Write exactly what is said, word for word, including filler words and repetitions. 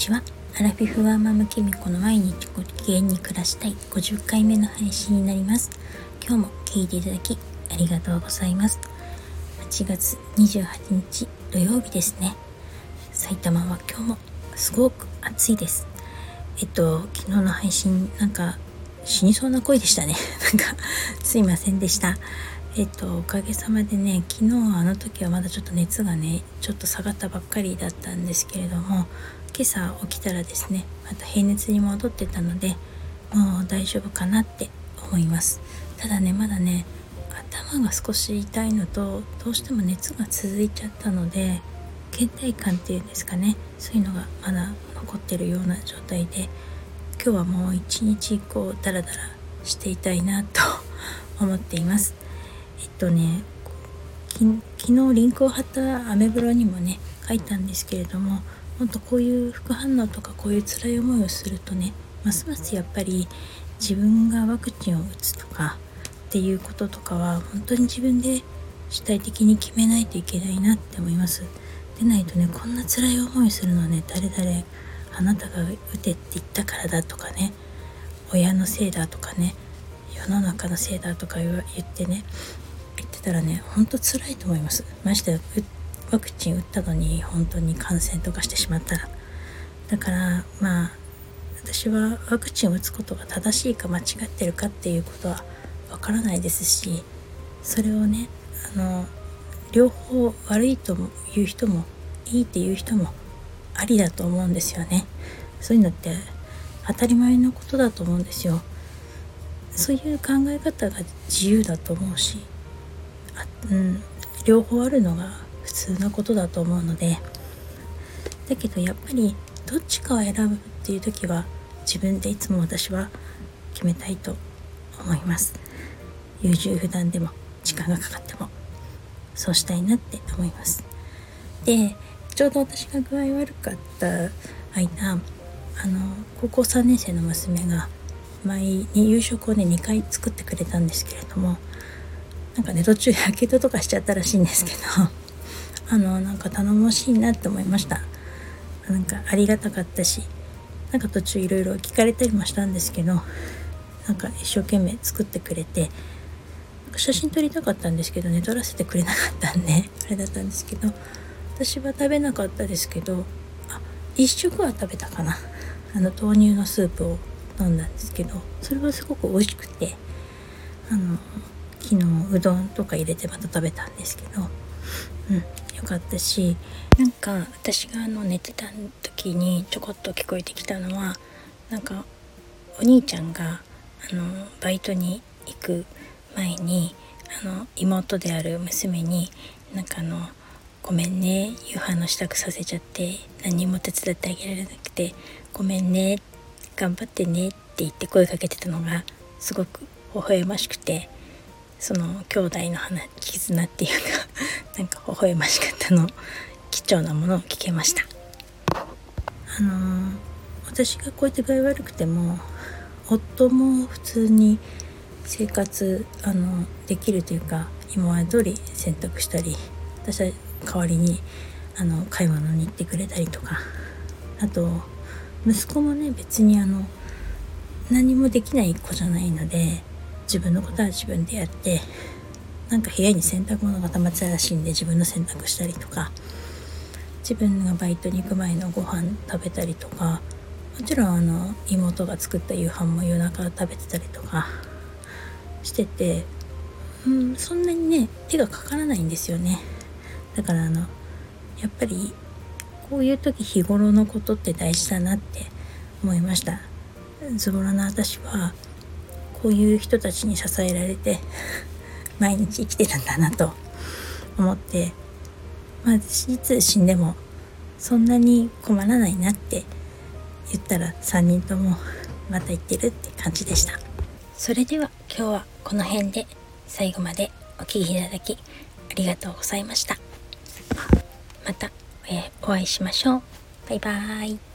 ちは。アラフィフワーマムキミコの毎日ご機嫌に暮らしたいごじゅっかいめの配信になります。今日も聞いていただきありがとうございます。はちがつにじゅうはちにち土曜日ですね。埼玉は今日もすごく暑いです。えっと昨日の配信なんか死にそうな声でしたねなんかすいませんでした。えっとおかげさまでね、昨日あの時はまだちょっと熱がねちょっと下がったばっかりだったんですけれども、今朝起きたらですねまた平熱に戻ってたので、もう大丈夫かなって思います。ただねまだね頭が少し痛いのと、どうしても熱が続いちゃったので倦怠感っていうんですかね、そういうのがまだ残ってるような状態で、今日はもう一日こうダラダラしていたいなと思っています。えっとねき昨日リンクを貼ったアメブロにもね書いたんですけれども、本当こういう副反応とかこういう辛い思いをするとね、ますますやっぱり自分がワクチンを打つとかっていうこととかは本当に自分で主体的に決めないといけないなって思います。でないとね、こんな辛い思いするのはね、誰々あなたが打てって言ったからだとかね、親のせいだとかね、世の中のせいだとか言ってね言ってたらね、本当辛いと思います。ましてやワクチン打ったのに本当に感染とかしてしまったら。だからまあ私はワクチンを打つことが正しいか間違ってるかっていうことはわからないですし、それをねあの両方悪いという人もいいっていう人もありだと思うんですよね。そういうのって当たり前のことだと思うんですよ。そういう考え方が自由だと思うし、あ、うん、両方あるのが普通なことだと思うので、だけどやっぱりどっちかを選ぶっていう時は自分でいつも私は決めたいと思います。優柔不断でも時間がかかってもそうしたいなって思います。でちょうど私が具合悪かった間、あの高校さんねん生の娘が前に夕食をねにかい作ってくれたんですけれども、なんかね途中やけどとかしちゃったらしいんですけどあのなんか頼もしいなって思いました。なんかありがたかったし、なんか途中いろいろ聞かれたりもしたんですけど、なんか一生懸命作ってくれて、写真撮りたかったんですけどね撮らせてくれなかったんであれだったんですけど、私は食べなかったですけど、あ一食は食べたかな。あの豆乳のスープを飲んだんですけど、それはすごく美味しくて、あの昨日うどんとか入れてまた食べたんですけど、うんよかったし、なんか私があの寝てた時にちょこっと聞こえてきたのは、なんかお兄ちゃんがあのバイトに行く前にあの妹である娘になんかあのごめんね夕飯の支度させちゃって何も手伝ってあげられなくてごめんね頑張ってねって言って声かけてたのがすごく微笑ましくて、その兄弟の花絆っていうかなんか微笑ましかったの、貴重なものを聞けました。あのー、私がこうやって具合悪くても夫も普通に生活あのできるというか、今まで通り洗濯したり、私は代わりにあの買い物に行ってくれたりとか、あと息子もね別にあの何もできない子じゃないので自分のことは自分でやって、なんか部屋に洗濯物が溜まってたらしいんで自分の洗濯したりとか、自分がバイトに行く前のご飯食べたりとか、もちろんあの妹が作った夕飯も夜中食べてたりとかしてて、うん、そんなにね手がかからないんですよね。だからあのやっぱりこういう時日頃のことって大事だなって思いました。ズボラな私はこういう人たちに支えられて毎日生きてるんだなと思って、まあいつ死んでもそんなに困らないなって言ったらさんにんともまた言ってるって感じでした。それでは今日はこの辺で最後までお聞きいただきありがとうございました。また、えー、お会いしましょう。バイバーイ。